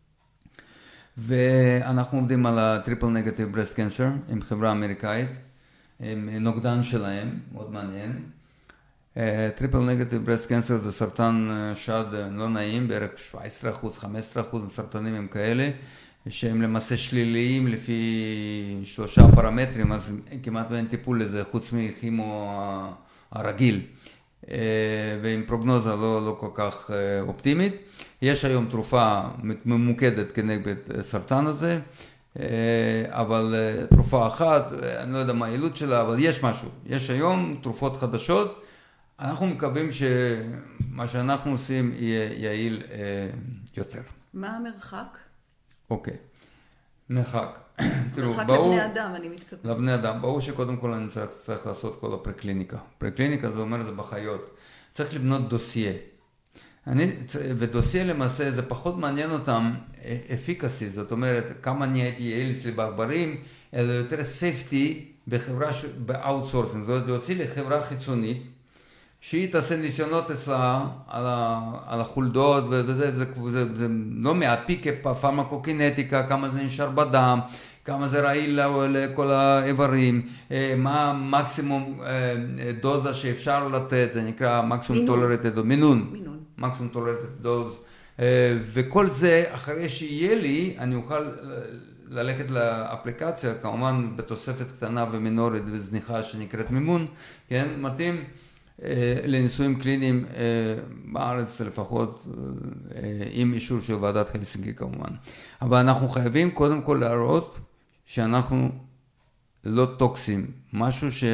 ואנחנו עובדים על ה-Triple Negative Breast Cancer עם חברה אמריקאית, עם נוגדן שלהם, מאוד מעניין. Triple Negative Breast Cancer זה סרטן שד לא נעים, בערך שבע עשרה אחוז, חמש עשרה אחוז סרטנים הם כאלה, שהם למעשה שליליים לפי שלושה פרמטרים, אז כמעט ואין טיפול לזה, חוץ מכימו הרגיל, ועם פרוגנוזה לא, לא כל כך אופטימית. יש היום תרופה ממוקדת כנגד סרטן הזה, אבל תרופה אחת, אני לא יודע מה העילות שלה, אבל יש משהו. יש היום תרופות חדשות, אנחנו מקווים שמה שאנחנו עושים יהיה יעיל יותר. מה המרחק? אוקיי, מרחק. מרחק לבני אדם, אני מתכוון. לבני אדם, ברור שקודם כל אני צריך, צריך לעשות כל הפרקליניקה. פרקליניקה זה אומר זה בחיות. צריך לבנות דוסייה. אני, ודוסייה למעשה זה פחות מעניין אותם אפיקסי, זאת אומרת כמה נהייתי יעיל אצלי בעכברים, אלא יותר סייפטי בחברה, באוטסורסינג, זאת אומרת להוציא לחברה חיצונית, שהיא תעשה ניסיונות אצלה על, ה, על החולדות, וזה זה, זה, זה, זה לא מעט פיקה, פרמקוקינטיקה, כמה זה נשאר בדם, כמה זה רעיל לכל האיברים, מה המקסימום דוזה שאפשר לתת, זה נקרא מקסימום טולרטד, מינון, מקסימום טולרטד דוז, וכל זה אחרי שיהיה לי, אני אוכל ללכת לאפליקציה, כמובן בתוספת קטנה ומינורית וזניחה שנקראת מימון, כן, מתאים לניסויים קליניים בארץ לפחות עם אישור של ועדת הלסינקי כמובן. אבל אנחנו חייבים קודם כל להראות שאנחנו לא טוקסים, משהו ש,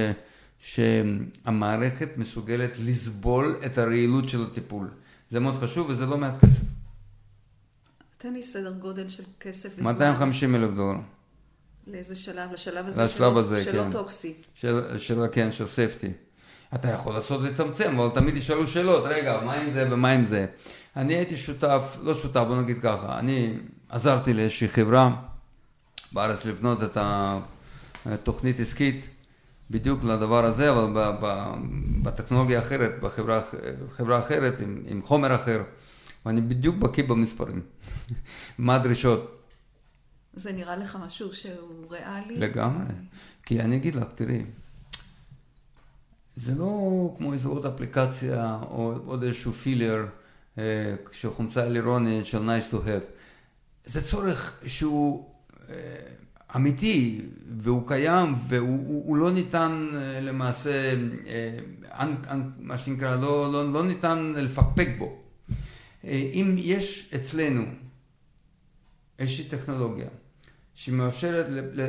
שהמערכת מסוגלת לסבול את הרעילות של הטיפול. זה מאוד חשוב וזה לא מעט כסף. תן לי סדר גודל של כסף וזמן. מאתיים וחמישים אלף דולר. לאיזה שלב? לשלב הזה, לשלב שלא, הזה, שלא כן. טוקסי. של, של, כן, של סייפטי. אתה יכול לעשות לצמצם, אבל תמיד ישאלו שאלות, רגע, מה עם זה ומה עם זה? אני הייתי שותף, לא שותף, בוא נגיד ככה, אני עזרתי לאיזושהי חברה בארץ לבנות את התוכנית עסקית בדיוק לדבר הזה, אבל בטכנולוגיה אחרת, בחברה חברה אחרת, עם, עם חומר אחר, ואני בדיוק בקיא במספרים. מה הדרישות? זה נראה לך משהו שהוא ריאלי? לגמרי, כי אני אגיד לך, תראי, זה לא כמו איזו עוד אפליקציה או עוד איזשהו פילר של חומצה היאלורונית של nice to have. זה צורך שהוא אמיתי והוא קיים והוא הוא, הוא לא ניתן למעשה, מה שנקרא, לא, לא, לא ניתן לפקפק בו. אם יש אצלנו איזושהי טכנולוגיה שמאפשרת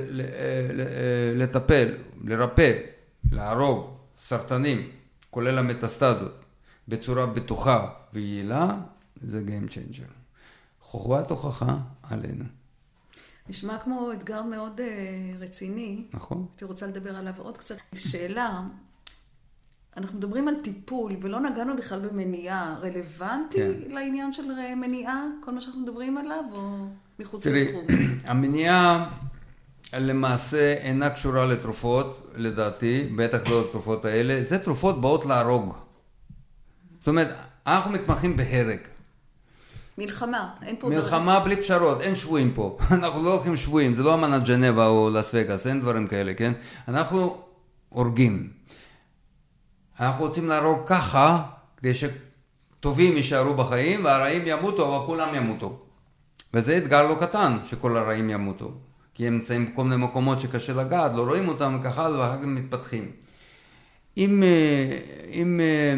לטפל, לרפא, להרוג, סרטנים, כולל המטסטזות, בצורה בטוחה ויעילה, זה game changer. חובת הוכחה עלינו. נשמע כמו אתגר מאוד uh, רציני. נכון. הייתי רוצה לדבר עליו עוד קצת. שאלה, אנחנו מדברים על טיפול, ולא נגענו בכלל במניעה. רלוונטי כן. לעניין של מניעה, כל מה שאנחנו מדברים עליו, או מחוץ לתחום? המניעה למעשה אינה קשורה לתרופות, לדעתי, בטח לא לתרופות האלה. זה תרופות באות להרוג. זאת אומרת, אנחנו מתמחים בהרג. מלחמה, אין פה... מלחמה בלי פשרות, אין שבויים פה. אנחנו לא הולכים שבויים, זה לא אמנת ג'נבה או לס וגאס, אין דברים כאלה, כן? אנחנו הורגים. אנחנו רוצים להרוג ככה, כדי שטובים יישארו בחיים, והרעים ימותו, אבל כולם ימותו. וזה אתגר לא קטן, שכל הרעים ימותו. כי הם נמצאים בכל מיני מקומות שקשה לגעת, לא רואים אותם וככה, ואחר כך מתפתחים. אם... אם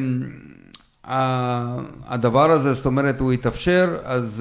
הדבר הזה, זאת אומרת, הוא יתאפשר, אז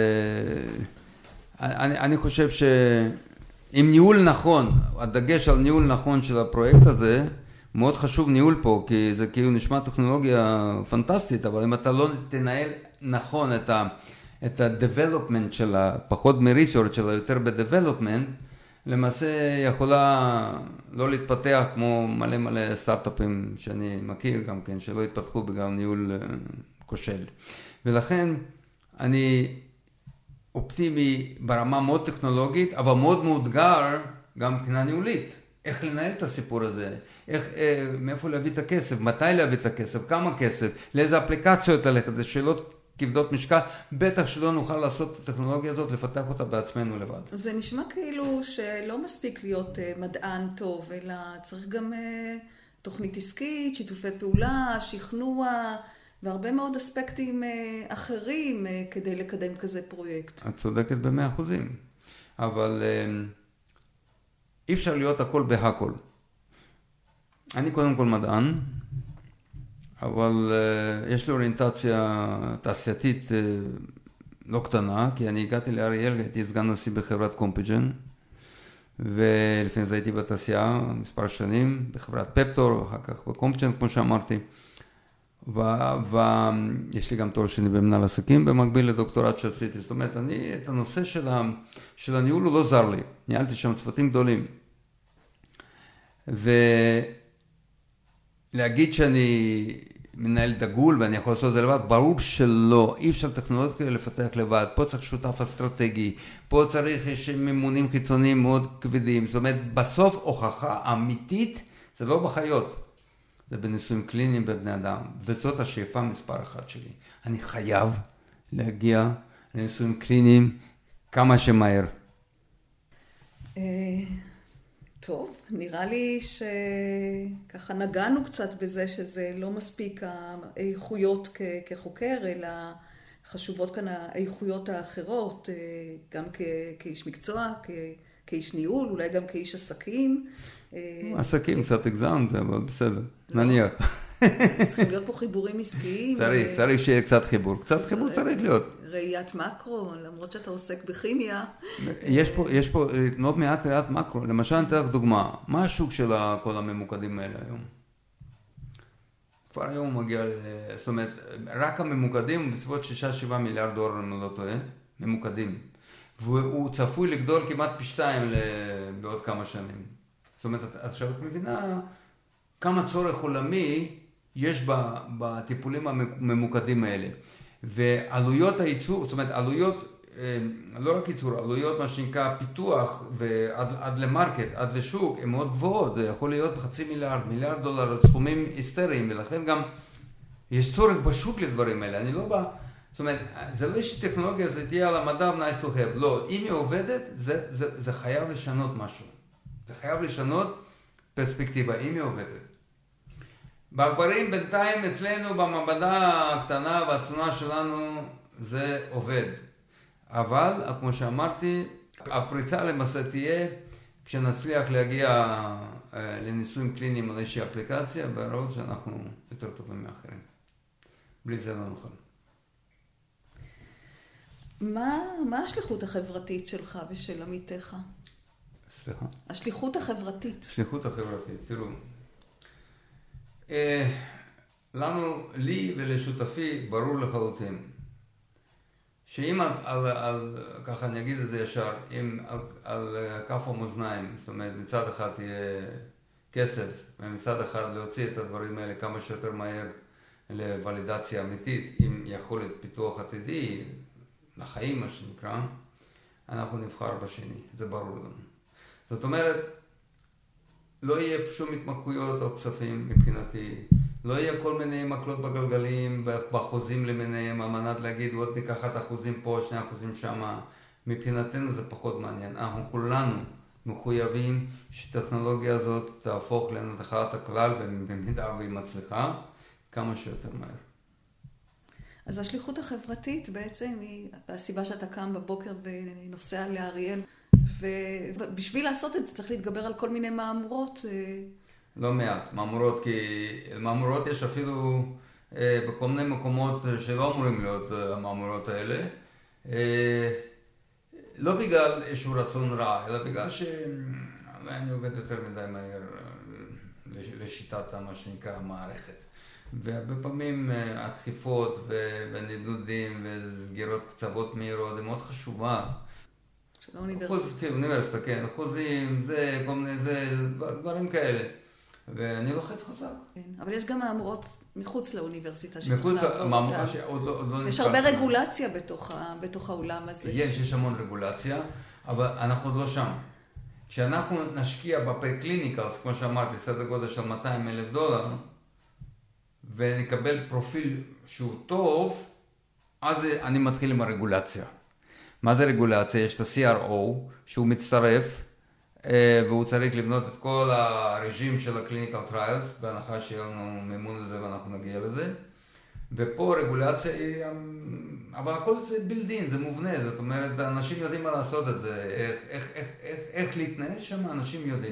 אני, אני חושב שעם ניהול נכון, הדגש על ניהול נכון של הפרויקט הזה, מאוד חשוב ניהול פה, כי זה כאילו נשמע טכנולוגיה פנטסטית, אבל אם אתה לא תנהל נכון את ה, את ה-development שלה, פחות מ-research שלה, יותר ב-development, למעשה יכולה לא להתפתח כמו מלא מלא סטארט-אפים שאני מכיר גם כן, שלא התפתחו בגלל ניהול כושל. ולכן אני אופטימי ברמה מאוד טכנולוגית, אבל מאוד מאותגר גם מבחינה ניהולית. איך לנהל את הסיפור הזה, איך, אה, מאיפה להביא את הכסף, מתי להביא את הכסף, כמה כסף, לאיזה אפליקציות ללכת, זה שאלות כבדות משקל, בטח שלא נוכל לעשות את הטכנולוגיה הזאת, לפתח אותה בעצמנו לבד. זה נשמע כאילו שלא מספיק להיות מדען טוב, אלא צריך גם תוכנית עסקית, שיתופי פעולה, שכנוע, והרבה מאוד אספקטים אחרים כדי לקדם כזה פרויקט. את צודקת במאה אחוזים, אבל אי אפשר להיות הכל בהכל. אני קודם כל מדען, אבל uh, יש לי אוריינטציה תעשייתית uh, לא קטנה, כי אני הגעתי לאריאל, הייתי סגן נשיא בחברת קומפיג'ן, ולפני זה הייתי בתעשייה מספר שנים, בחברת פפטור, אחר כך בקומפצ'ן, כמו שאמרתי. ויש לי גם תואר שני במנהל עסקים, במקביל לדוקטורט שעשיתי. זאת אומרת, אני, את הנושא של, ה, של הניהול הוא לא זר לי. ניהלתי שם צוותים גדולים. ולהגיד שאני מנהל דגול ואני יכול לעשות את זה לבד, ברור שלא. אי אפשר טכנולוגיות כאלה לפתח לבד. פה צריך שותף אסטרטגי. פה צריך, יש ממונים חיצוניים מאוד כבדים. זאת אומרת, בסוף הוכחה אמיתית, זה לא בחיות. זה בניסויים קליניים בבני אדם, וזאת השאיפה מספר אחת שלי. אני חייב להגיע לניסויים קליניים כמה שמהר. טוב, נראה לי שככה נגענו קצת בזה שזה לא מספיק האיכויות כחוקר, אלא חשובות כאן האיכויות האחרות, גם כאיש מקצוע, כאיש ניהול, אולי גם כאיש עסקים. עסקים, קצת הגזמת, אבל בסדר, נניח. צריכים להיות פה חיבורים עסקיים. צריך, צריך שיהיה קצת חיבור. קצת חיבור צריך להיות. ראיית מקרו, למרות שאתה עוסק בכימיה. יש פה מאוד מעט ראיית מקרו. למשל, אני אתן לך דוגמה. מה השוק של כל הממוקדים האלה היום? כבר היום הוא מגיע, זאת אומרת, רק הממוקדים בסביבות שישה שבעה מיליארד דולר, אני לא טועה, ממוקדים. והוא צפוי לגדול כמעט פי שתיים בעוד כמה שנים. זאת אומרת, עכשיו את מבינה כמה צורך עולמי יש בטיפולים הממוקדים האלה. ועלויות הייצור, זאת אומרת, עלויות, לא רק ייצור, עלויות מה שנקרא פיתוח ועד עד למרקט, עד לשוק, הן מאוד גבוהות. זה יכול להיות בחצי מיליארד, מיליארד דולר, סכומים היסטריים, ולכן גם יש צורך בשוק לדברים האלה. אני לא בא, זאת אומרת, זה לא יש טכנולוגיה, זה תהיה על המדע, nice to have. לא, אם היא עובדת, זה, זה, זה חייב לשנות משהו. זה חייב לשנות פרספקטיבה, אם היא עובדת. בעכברים בינתיים אצלנו במעבדה הקטנה והצנועה שלנו זה עובד. אבל, כמו שאמרתי, הפריצה למעשה תהיה כשנצליח להגיע לניסויים קליניים על איזושהי אפליקציה, והראות שאנחנו יותר טובים מאחרים. בלי זה לא נוכל. מה, מה השליחות החברתית שלך ושל עמיתיך? סליחה? השליחות החברתית. השליחות החברתית, תראו. אה, לנו, לי ולשותפי, ברור לחלוטין. שאם על, על, על, ככה אני אגיד את זה ישר, אם על, על כף המאזניים, זאת אומרת, מצד אחד יהיה כסף, ומצד אחד להוציא את הדברים האלה כמה שיותר מהר לוולידציה אמיתית, עם יכולת פיתוח עתידי, לחיים מה שנקרא, אנחנו נבחר בשני, זה ברור לנו. זאת אומרת, לא יהיה שום התמחויות או כספים מבחינתי, לא יהיה כל מיני מקלות בגלגלים, בחוזים למיניהם, על מנת להגיד, עוד ניקח את האחוזים פה, שני אחוזים שמה. מבחינתנו זה פחות מעניין. אנחנו כולנו מחויבים שטכנולוגיה הזאת תהפוך לנחלת הכלל, במידה והיא מצליחה, כמה שיותר מהר. אז השליחות החברתית בעצם היא הסיבה שאתה קם בבוקר ונוסע לאריאל, ובשביל לעשות את זה צריך להתגבר על כל מיני מאמורות. לא מעט, מאמורות, כי מאמורות יש אפילו אה, בכל מיני מקומות שלא אמורים להיות המאמורות האלה. אה, לא בגלל איזשהו רצון רע, אלא בגלל שאני עובד יותר מדי מהר לשיטת מה שנקרא המערכת. והרבה פעמים הדחיפות ונדנודים וסגירות קצוות מהירות, זה מאוד חשובה. של האוניברסיטה. כן, אוניברסיטה, כן, אחוזים, זה, כל מיני, זה, דברים כאלה. ואני לוחץ חזק. כן, אבל יש גם מאמורות מחוץ לאוניברסיטה שצריך לעבור אותה. עוד לא, עוד לא יש הרבה רגולציה בתוך, בתוך האולם הזה. יש, יש המון רגולציה, אבל אנחנו עוד לא שם. כשאנחנו נשקיע בפרקליניקלס, כמו שאמרתי, סדר גודל של מאתיים אלף דולר, ונקבל פרופיל שהוא טוב, אז אני מתחיל עם הרגולציה. מה זה רגולציה? יש את ה-סי אר או, שהוא מצטרף, והוא צריך לבנות את כל הרג'ים של ה-clinical trials, בהנחה שיהיה לנו מימון לזה ואנחנו נגיע לזה. ופה רגולציה היא, אבל הכל זה בילדין, זה מובנה, זאת אומרת, אנשים יודעים מה לעשות את זה, איך, איך, איך, איך, איך להתנהל שם, אנשים יודעים.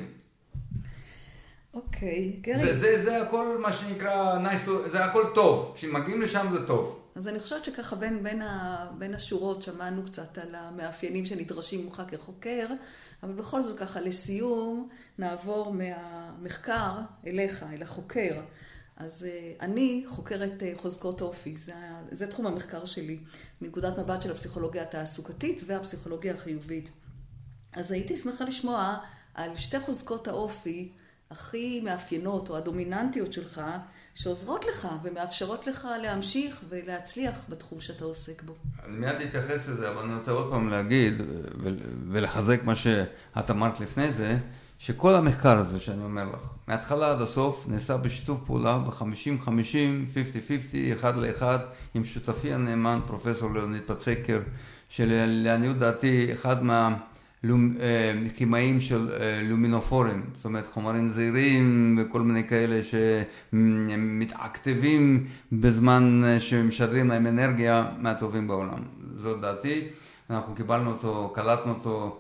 אוקיי, גרי. זה, זה, זה הכל מה שנקרא, nice to, זה הכל טוב, כשמגיעים לשם זה טוב. אז אני חושבת שככה בין, בין, ה, בין השורות שמענו קצת על המאפיינים שנדרשים ממך כחוקר, אבל בכל זאת ככה, לסיום, נעבור מהמחקר אליך, אל החוקר. אז אני חוקרת חוזקות אופי, זה, זה תחום המחקר שלי, מנקודת מבט של הפסיכולוגיה התעסוקתית והפסיכולוגיה החיובית. אז הייתי שמחה לשמוע על שתי חוזקות האופי הכי מאפיינות או הדומיננטיות שלך, שעוזרות לך ומאפשרות לך להמשיך ולהצליח בתחום שאתה עוסק בו. אני מיד אתייחס לזה, אבל אני רוצה עוד פעם להגיד ולחזק מה שאת אמרת לפני זה, שכל המחקר הזה שאני אומר לך, מההתחלה עד הסוף נעשה בשיתוף פעולה ב-חמישים חמישים, חמישים חמישים, אחד לאחד, עם שותפי הנאמן, פרופסור ליאוניד פצקר, שלעניות דעתי אחד מהכימאים של לומינופורים, זאת אומרת חומרים זהירים וכל מיני כאלה שמתעכתבים בזמן שמשדרים להם אנרגיה מהטובים בעולם. זאת דעתי, אנחנו קיבלנו אותו, קלטנו אותו,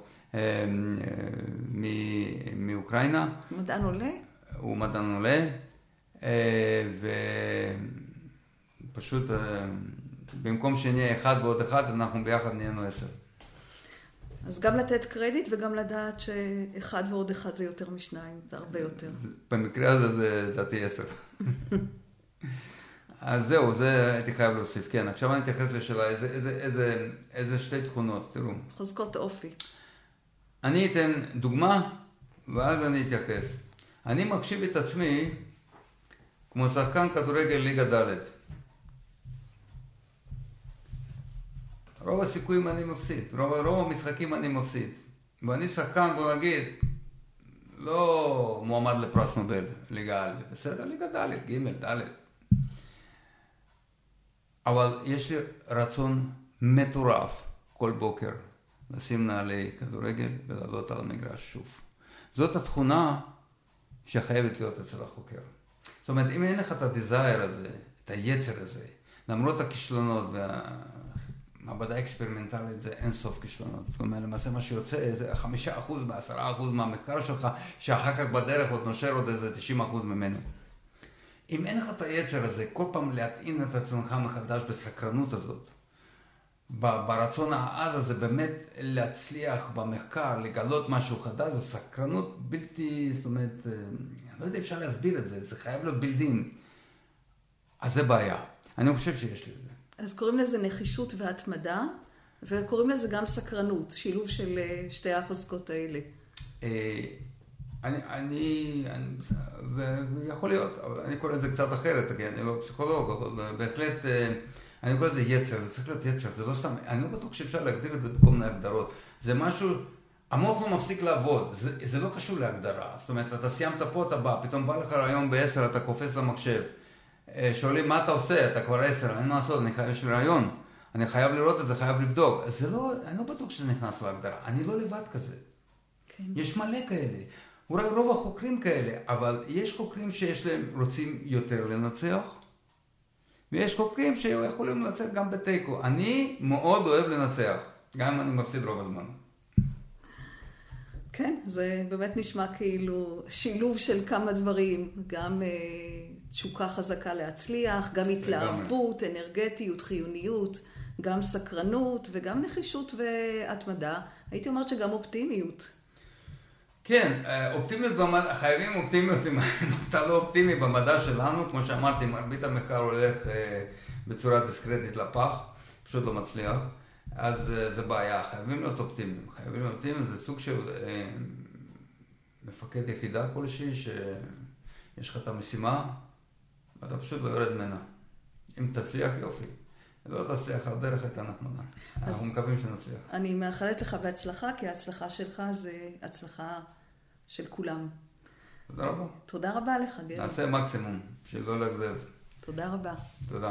מאוקראינה. מדען עולה? הוא מדען עולה, ופשוט במקום שנהיה אחד ועוד אחד, אנחנו ביחד נהיינו עשר. אז גם לתת קרדיט וגם לדעת שאחד ועוד אחד זה יותר משניים, זה הרבה יותר. במקרה הזה זה דעתי עשר. אז זהו, זה הייתי חייב להוסיף. כן, עכשיו אני אתייחס לשאלה, איזה, איזה, איזה, איזה שתי תכונות, תראו. חוזקות האופי. אני אתן דוגמה, ואז אני אתייחס. אני מקשיב את עצמי כמו שחקן כדורגל ליגה ד'. רוב הסיכויים אני מפסיד, רוב, רוב המשחקים אני מפסיד. ואני שחקן, בוא נגיד, לא מועמד לפרס נובל, ליגה א', בסדר, ליגה ד', ג', ד'. אבל יש לי רצון מטורף כל בוקר. לשים נעלי כדורגל ולעלות על המגרש שוב. זאת התכונה שחייבת להיות אצל החוקר. זאת אומרת, אם אין לך את הדיזייר הזה, את היצר הזה, למרות הכישלונות והמעבדה אקספרימנטלית זה אין סוף כישלונות. זאת אומרת, למעשה מה שיוצא זה חמישה אחוז בעשרה אחוז מהמחקר שלך, שאחר כך בדרך עוד נושר עוד איזה תשעים אחוז ממנו. אם אין לך את היצר הזה, כל פעם להטעין את עצמך מחדש בסקרנות הזאת, ברצון העז הזה באמת להצליח במחקר, לגלות משהו חדש, זה סקרנות בלתי, זאת אומרת, אני לא יודע אפשר להסביר את זה, זה חייב להיות בלדין. אז זה בעיה. אני חושב שיש לי את זה. אז קוראים לזה נחישות והתמדה, וקוראים לזה גם סקרנות, שילוב של שתי החוזקות האלה. אני, אני, ויכול להיות, אבל אני קורא את זה קצת אחרת, כי אני לא פסיכולוג, אבל בהחלט, אני קורא לזה יצר, זה צריך להיות יצר, זה לא סתם, אני לא בטוח שאפשר להגדיר את זה בכל מיני הגדרות. זה משהו, המוח לא מפסיק לעבוד, זה, זה לא קשור להגדרה. זאת אומרת, אתה סיימת פה, אתה בא, פתאום בא לך רעיון בעשר, אתה קופץ למחשב. שואלים, מה אתה עושה? אתה כבר עשר, אין מה לעשות, אני חייב, יש לי רעיון. אני חייב לראות את זה, חייב לבדוק. זה לא, אני לא בטוח שזה נכנס להגדרה, אני לא לבד כזה. כן. יש מלא כאלה. אולי רוב החוקרים כאלה, אבל יש חוקרים שיש להם, רוצים יותר לנצח, ויש חוקרים שיכולים לנצח גם בטייקו. אני מאוד אוהב לנצח, גם אם אני מפסיד רוב הזמן. כן, זה באמת נשמע כאילו שילוב של כמה דברים, גם אה, תשוקה חזקה להצליח, גם התלהבות, אנרגטיות, חיוניות, גם סקרנות וגם נחישות והתמדה. הייתי אומרת שגם אופטימיות. כן, אופטימיות במדע, חייבים אופטימיות, אם אתה לא אופטימי במדע שלנו, כמו שאמרתי, מרבית המחקר הולך בצורה דיסקרטית לפח, פשוט לא מצליח, אז זה בעיה, חייבים להיות אופטימיים, חייבים להיות אופטימיים, זה סוג של מפקד יחידה כלשהי, שיש לך את המשימה, ואתה פשוט לא יורד ממנה. אם תצליח, יופי. לא תצליח, הדרך הייתה נחמדה. אנחנו מקווים שנצליח. אני מאחלת לך בהצלחה, כי ההצלחה שלך זה הצלחה של כולם. תודה רבה. תודה רבה לך, גל. נעשה מקסימום, שלא להגזב. תודה רבה. תודה.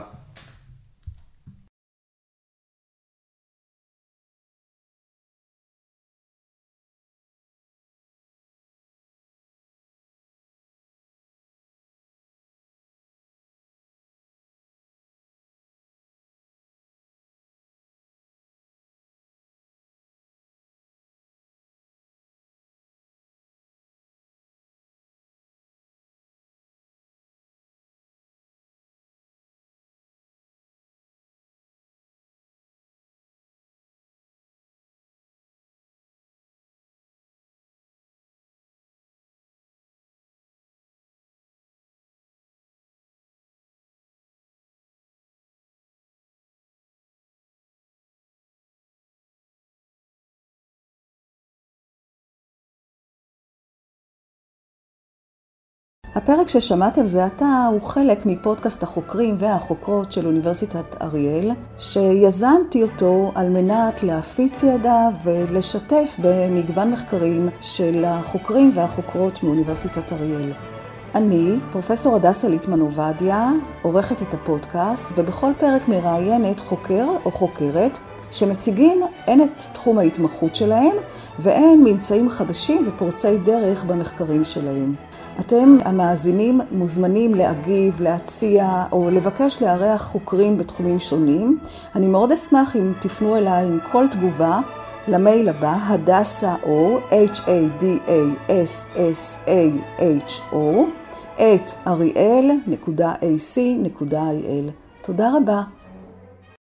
הפרק ששמעתם זה עתה הוא חלק מפודקאסט החוקרים והחוקרות של אוניברסיטת אריאל, שיזמתי אותו על מנת להפיץ ידע ולשתף במגוון מחקרים של החוקרים והחוקרות מאוניברסיטת אריאל. אני, פרופסור הדסה ליטמן עובדיה, עורכת את הפודקאסט, ובכל פרק מראיינת חוקר או חוקרת שמציגים הן את תחום ההתמחות שלהם והן ממצאים חדשים ופורצי דרך במחקרים שלהם. אתם, המאזינים, מוזמנים להגיב, להציע או לבקש לארח חוקרים בתחומים שונים. אני מאוד אשמח אם תפנו אליי עם כל תגובה למייל הבא, הדסה או, H A D A S S A H O, את אריאל נקודה A C נקודה I L. תודה רבה.